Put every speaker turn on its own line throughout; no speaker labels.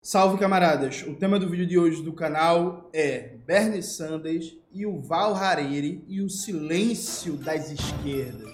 Salve, camaradas! O tema do vídeo de hoje do canal é Bernie Sanders, Yuval Harari e o silêncio das esquerdas.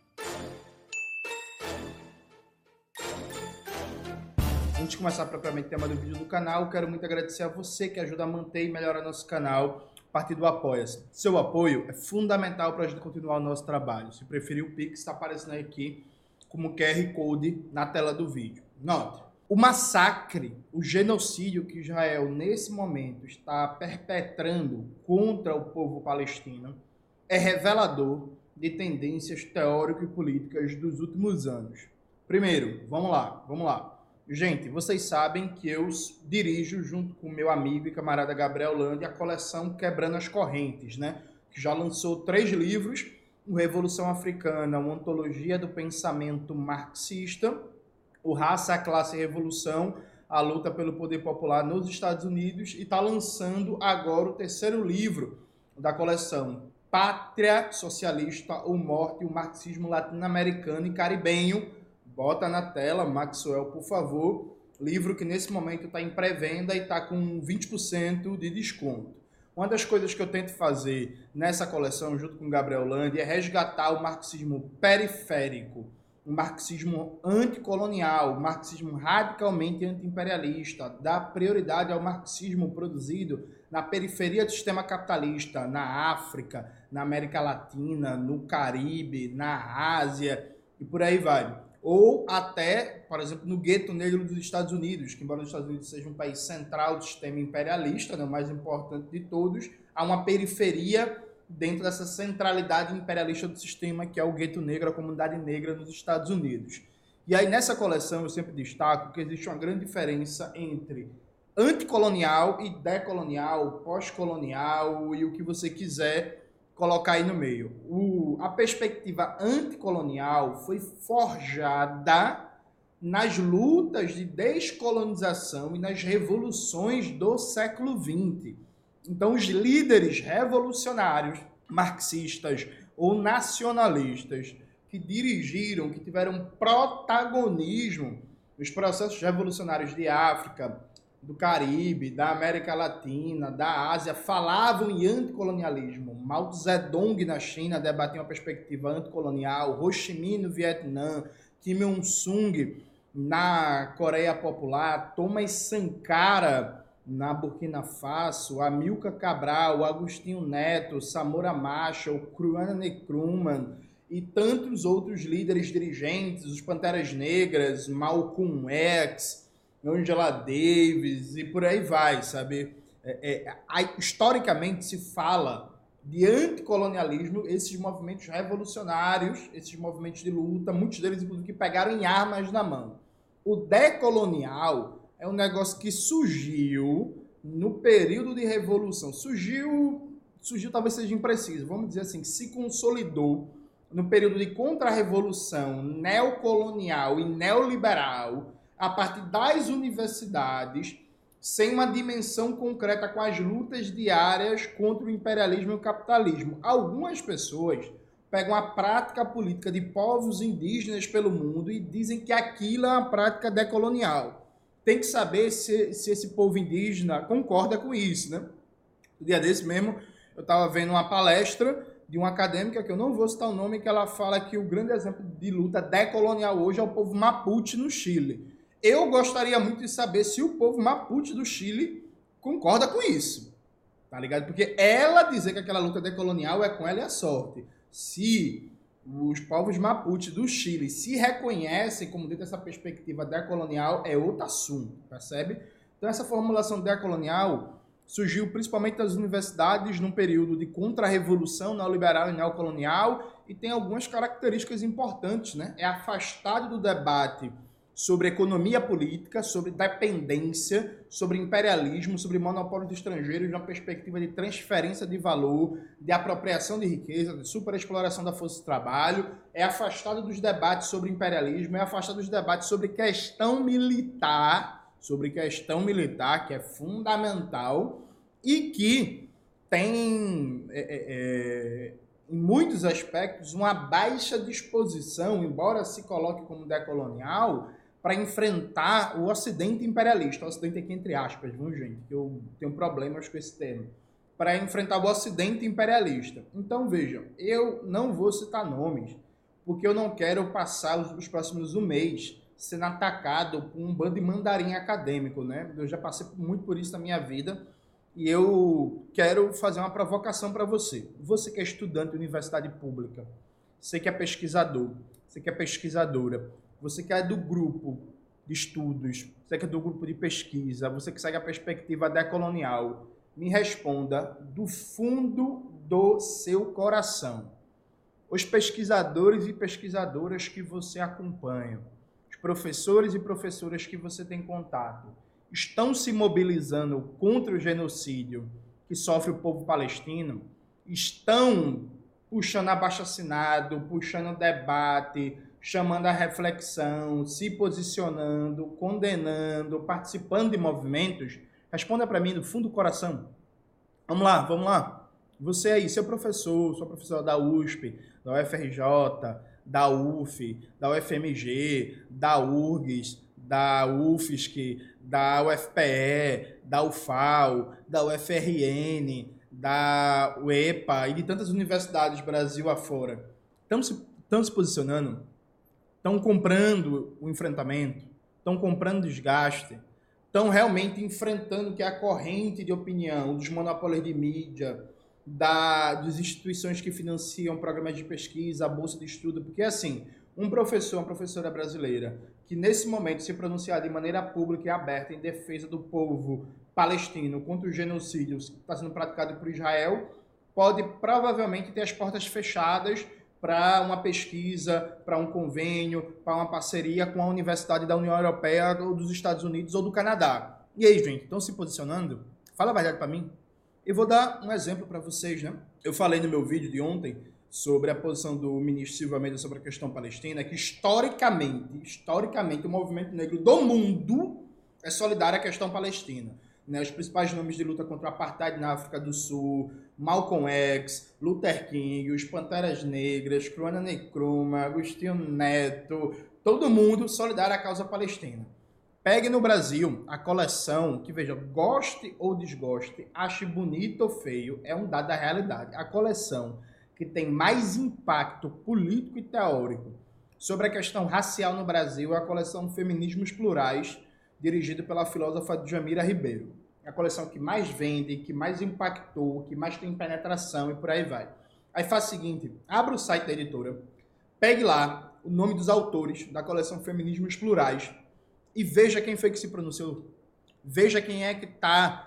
Antes de começar propriamente o tema do vídeo do canal, quero muito agradecer a você que ajuda a manter e melhorar nosso canal a partir do Apoia-se. Seu apoio é fundamental para a gente continuar o nosso trabalho. Se preferir, o Pix está aparecendo aqui como QR Code na tela do vídeo. Note. O massacre, o genocídio que Israel, nesse momento, está perpetrando contra o povo palestino é revelador de tendências teóricas e políticas dos últimos anos. Primeiro, vamos lá. Gente, vocês sabem que eu dirijo, junto com meu amigo e camarada Gabriel Landi, a coleção Quebrando as Correntes, né? Que já lançou 3 livros, o Revolução Africana, uma ontologia do pensamento marxista, o Raça, a Classe e a Revolução, a luta pelo poder popular nos Estados Unidos, e está lançando agora o 3º livro da coleção, Pátria Socialista ou Morte, o Marxismo Latino-Americano e Caribenho. Bota na tela, Maxwell, por favor. Livro que nesse momento está em pré-venda e está com 20% de desconto. Uma das coisas que eu tento fazer nessa coleção, junto com o Gabriel Landi, é resgatar o marxismo periférico, um marxismo anticolonial, um marxismo radicalmente anti-imperialista, dar prioridade ao marxismo produzido na periferia do sistema capitalista, na África, na América Latina, no Caribe, na Ásia e por aí vai. Ou até, por exemplo, no gueto negro dos Estados Unidos, que embora os Estados Unidos seja um país central do sistema imperialista, né, o mais importante de todos, há uma periferia dentro dessa centralidade imperialista do sistema, que é o gueto negro, a comunidade negra nos Estados Unidos. E aí, nessa coleção, eu sempre destaco que existe uma grande diferença entre anticolonial e decolonial, pós-colonial e o que você quiser colocar aí no meio. A perspectiva anticolonial foi forjada nas lutas de descolonização e nas revoluções do século XX. Então, os líderes revolucionários, marxistas ou nacionalistas, que dirigiram, que tiveram protagonismo nos processos revolucionários de África, do Caribe, da América Latina, da Ásia, falavam em anticolonialismo. Mao Zedong na China debatia uma perspectiva anticolonial, Ho Chi Minh no Vietnã, Kim Il-sung na Coreia Popular, Thomas Sankara na Burkina Faso, Amilcar Cabral, Agostinho Neto, Samora Machel, Kwame Nkrumah e tantos outros líderes dirigentes, os Panteras Negras, Malcolm X, Angela Davis e por aí vai, sabe? Historicamente se fala de anticolonialismo, esses movimentos revolucionários, esses movimentos de luta, muitos deles inclusive que pegaram em armas na mão. O decolonial é um negócio que surgiu no período de revolução. Surgiu talvez seja impreciso, vamos dizer assim, se consolidou no período de contra-revolução neocolonial e neoliberal, a partir das universidades, sem uma dimensão concreta com as lutas diárias contra o imperialismo e o capitalismo. Algumas pessoas pegam a prática política de povos indígenas pelo mundo e dizem que aquilo é uma prática decolonial. Tem que saber se esse povo indígena concorda com isso, né? No dia desse mesmo, eu estava vendo uma palestra de uma acadêmica, que eu não vou citar o nome, que ela fala que o grande exemplo de luta decolonial hoje é o povo Mapuche no Chile. Eu gostaria muito de saber se o povo Mapuche do Chile concorda com isso, tá ligado? Porque ela dizer que aquela luta decolonial é com ela e a sorte. Se os povos Mapuche do Chile se reconhecem como dentro dessa perspectiva decolonial, é outro assunto, percebe? Então essa formulação decolonial surgiu principalmente nas universidades num período de contra-revolução neoliberal e neocolonial e tem algumas características importantes, né? É afastado do debate sobre economia política, sobre dependência, sobre imperialismo, sobre monopólio de estrangeiros, de uma perspectiva de transferência de valor, de apropriação de riqueza, de superexploração da força de trabalho, é afastado dos debates sobre imperialismo, é afastado dos debates sobre questão militar, que é fundamental e que tem, em muitos aspectos, uma baixa disposição, embora se coloque como decolonial, para enfrentar o Ocidente imperialista. O Ocidente aqui entre aspas, viu, gente? Que eu tenho problemas com esse termo. Para enfrentar o Ocidente imperialista. Então, vejam, eu não vou citar nomes, porque eu não quero passar os próximos um mês sendo atacado por um bando de mandarim acadêmico, né? Eu já passei muito por isso na minha vida e eu quero fazer uma provocação para você. Você que é estudante de universidade pública, você que é pesquisador, você que é pesquisadora, você que é do grupo de estudos, você que é do grupo de pesquisa, você que segue a perspectiva decolonial, me responda do fundo do seu coração. Os pesquisadores e pesquisadoras que você acompanha, os professores e professoras que você tem contato, estão se mobilizando contra o genocídio que sofre o povo palestino? Estão puxando abaixo-assinado, puxando debate, chamando a reflexão, se posicionando, condenando, participando de movimentos? Responda para mim do fundo do coração. Vamos lá, vamos lá. Você aí, seu professor, sua professora da USP, da UFRJ, da UF, da UFMG, da URGS, da UFSC, da UFPE, da UFAL, da UFRN, da UEPA e de tantas universidades Brasil afora. Estão se posicionando? Estão comprando o enfrentamento? Estão comprando desgaste? Estão realmente enfrentando o que é a corrente de opinião dos monopólios de mídia, das instituições que financiam programas de pesquisa, a bolsa de estudo? Porque, assim, um professor, uma professora brasileira que nesse momento se pronunciar de maneira pública e aberta em defesa do povo palestino contra o genocídio que está sendo praticado por Israel, pode provavelmente ter as portas fechadas para uma pesquisa, para um convênio, para uma parceria com a Universidade da União Europeia, ou dos Estados Unidos ou do Canadá. E aí, gente, estão se posicionando? Fala a verdade para mim. Eu vou dar um exemplo para vocês, né? Eu falei no meu vídeo de ontem sobre a posição do ministro Silva Almeida sobre a questão palestina, que historicamente o movimento negro do mundo é solidário à questão palestina. Né? Os principais nomes de luta contra o apartheid na África do Sul, Malcolm X, Luther King, os Panteras Negras, Kwame Nkrumah, Agostinho Neto, todo mundo solidário à causa palestina. Pegue no Brasil a coleção, que veja, goste ou desgoste, ache bonito ou feio, é um dado da realidade. A coleção que tem mais impacto político e teórico sobre a questão racial no Brasil é a coleção Feminismos Plurais, dirigida pela filósofa Djamila Ribeiro. É a coleção que mais vende, que mais impactou, que mais tem penetração e por aí vai. Aí faz o seguinte, abra o site da editora, pegue lá o nome dos autores da coleção Feminismos Plurais e veja quem foi que se pronunciou. Veja quem é que está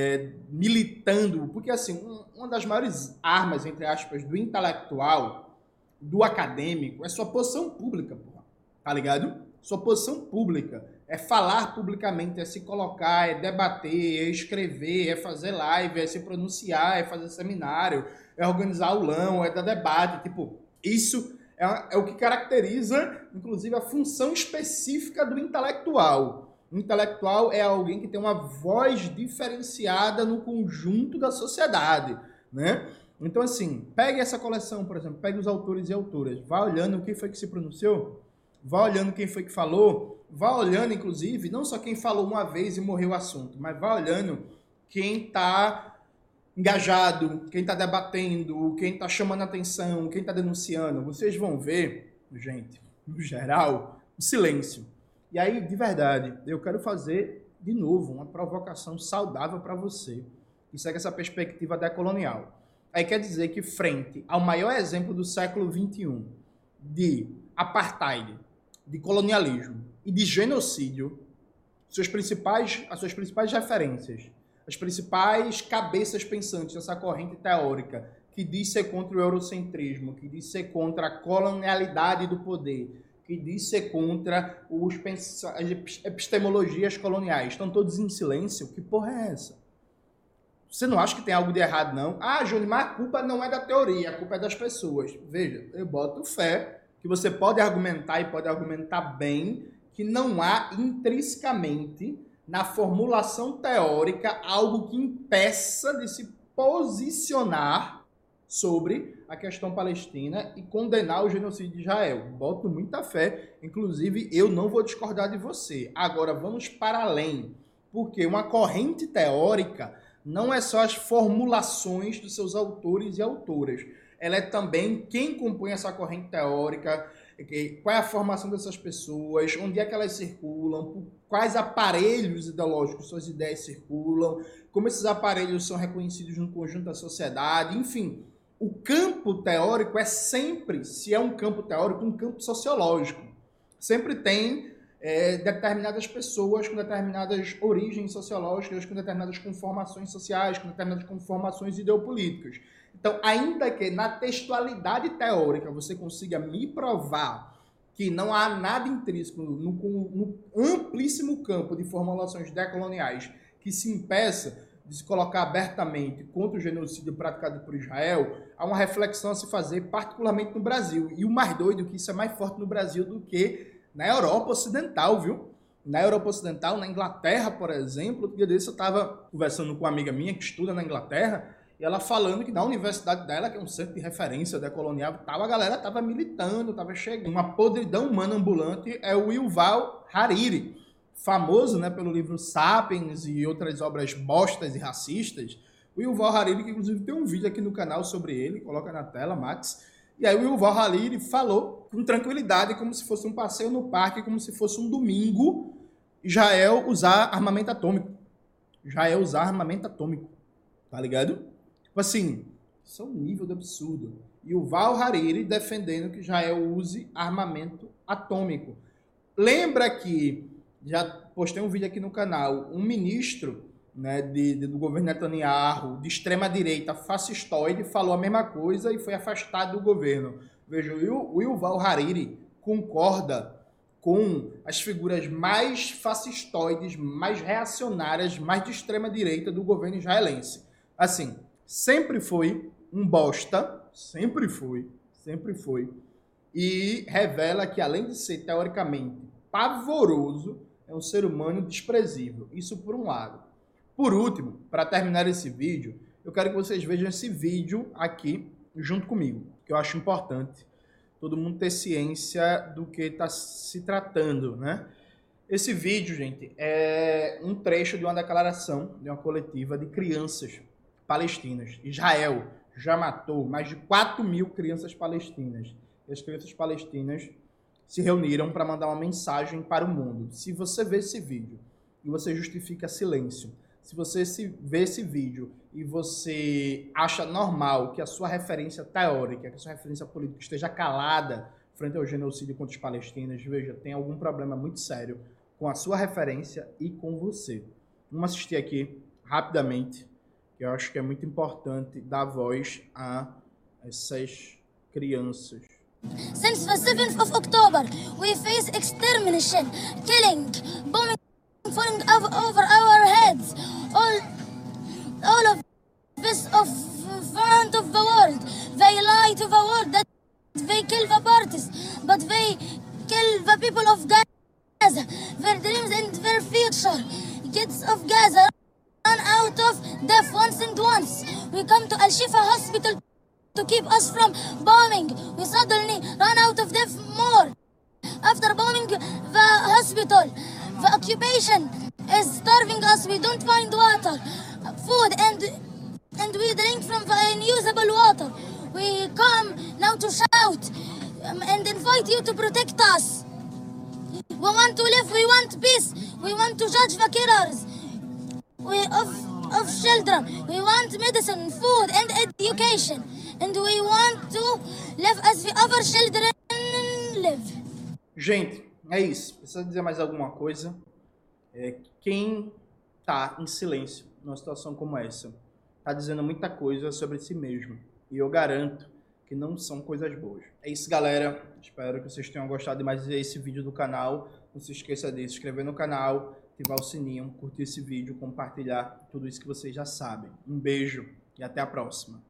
militando, porque assim, uma das maiores armas, entre aspas, do intelectual, do acadêmico, é sua posição pública, porra. Tá ligado? Sua posição pública. É falar publicamente, é se colocar, é debater, é escrever, é fazer live, é se pronunciar, é fazer seminário, é organizar aulão, é dar debate. Tipo, isso é o que caracteriza, inclusive, a função específica do intelectual. O intelectual é alguém que tem uma voz diferenciada no conjunto da sociedade, né? Então, assim, pegue essa coleção, por exemplo, pegue os autores e autoras, vá olhando quem foi que se pronunciou, vá olhando quem foi que falou, vá olhando, inclusive, não só quem falou uma vez e morreu o assunto, mas vá olhando quem está engajado, quem está debatendo, quem está chamando atenção, quem está denunciando. Vocês vão ver, gente, no geral, o silêncio. E aí, de verdade, eu quero fazer, de novo, uma provocação saudável para você, que segue essa perspectiva decolonial. Aí quer dizer que, frente ao maior exemplo do século XXI de apartheid, de colonialismo e de genocídio, as suas principais referências, as principais cabeças pensantes dessa corrente teórica que diz ser contra o eurocentrismo, que diz ser contra a colonialidade do poder, que diz ser contra as epistemologias coloniais, estão todos em silêncio. Que porra é essa? Você não acha que tem algo de errado, não? Ah, Júnior, mas a culpa não é da teoria, a culpa é das pessoas. Veja, eu boto fé que você pode argumentar e pode argumentar bem que não há intrinsecamente na formulação teórica algo que impeça de se posicionar sobre a questão palestina e condenar o genocídio de Israel. Boto muita fé, inclusive eu não vou discordar de você. Agora vamos para além, porque uma corrente teórica não é só as formulações dos seus autores e autoras, ela é também quem compõe essa corrente teórica, qual é a formação dessas pessoas, onde é que elas circulam, por quais aparelhos ideológicos suas ideias circulam, como esses aparelhos são reconhecidos no conjunto da sociedade, enfim. O campo teórico é sempre, se é um campo teórico, um campo sociológico. Sempre tem determinadas pessoas com determinadas origens sociológicas, com determinadas conformações sociais, com determinadas conformações ideopolíticas. Então, ainda que na textualidade teórica você consiga me provar que não há nada intrínseco no amplíssimo campo de formulações decoloniais que se impeça de se colocar abertamente contra o genocídio praticado por Israel, há uma reflexão a se fazer, particularmente no Brasil. E o mais doido é que isso é mais forte no Brasil do que na Europa Ocidental, viu? Na Europa Ocidental, na Inglaterra, por exemplo, outro dia desse eu estava conversando com uma amiga minha que estuda na Inglaterra, e ela falando que na universidade dela, que é um centro de referência decolonial, a galera estava militando, estava chegando. Uma podridão humana ambulante é o Yuval Harari, famoso, né, pelo livro Sapiens e outras obras bostas e racistas. O Yuval Harari, que inclusive tem um vídeo aqui no canal sobre ele, coloca na tela, Max. E aí o Yuval Harari falou com tranquilidade, como se fosse um passeio no parque, como se fosse um domingo, Israel usar armamento atômico. Israel usar armamento atômico, tá ligado? Tipo assim, isso é um nível de absurdo. E o Yuval Harari defendendo que Israel use armamento atômico. Lembra que, já postei um vídeo aqui no canal, um ministro, né, do governo Netanyahu, de extrema-direita fascistoide, falou a mesma coisa e foi afastado do governo. Veja, o Yuval Harari concorda com as figuras mais fascistoides, mais reacionárias, mais de extrema-direita do governo israelense. Assim, sempre foi um bosta, sempre foi, e revela que, além de ser teoricamente pavoroso, é um ser humano desprezível. Isso por um lado. Por último, para terminar esse vídeo, eu quero que vocês vejam esse vídeo aqui junto comigo, que eu acho importante todo mundo ter ciência do que está se tratando, né? Esse vídeo, gente, é um trecho de uma declaração de uma coletiva de crianças palestinas. Israel já matou mais de 4.000 crianças palestinas. E as crianças palestinas se reuniram para mandar uma mensagem para o mundo. Se você vê esse vídeo e você justifica silêncio, se você vê esse vídeo e você acha normal que a sua referência teórica, que a sua referência política esteja calada frente ao genocídio contra os palestinos, veja, tem algum problema muito sério com a sua referência e com você. Vamos assistir aqui rapidamente, que eu acho que é muito importante dar voz a essas crianças.
Since the 7th of October, we face extermination, killing, bombing falling over our heads. All of this of front of the world. They lie to the world that they kill the parties, but they kill the people of Gaza, their dreams and their future. Kids of Gaza run out of death once and once. We come to Al-Shifa hospital to keep us from bombing. We suddenly run out of death more. After bombing the hospital, the occupation is starving us. We don't find water, food, and we drink from the unusable water. We come now to shout and invite you to protect us. We want to live, we want peace, we want to judge the killers of children. We want medicine, food, and education. And we want to live as the other children live.
Gente, é isso. Precisa dizer mais alguma coisa? Quem tá em silêncio numa situação como essa tá dizendo muita coisa sobre si mesmo. E eu garanto que não são coisas boas. É isso, galera. Espero que vocês tenham gostado de mais esse vídeo do canal. Não se esqueça de se inscrever no canal, ativar o sininho, curtir esse vídeo, compartilhar tudo isso que vocês já sabem. Um beijo e até a próxima.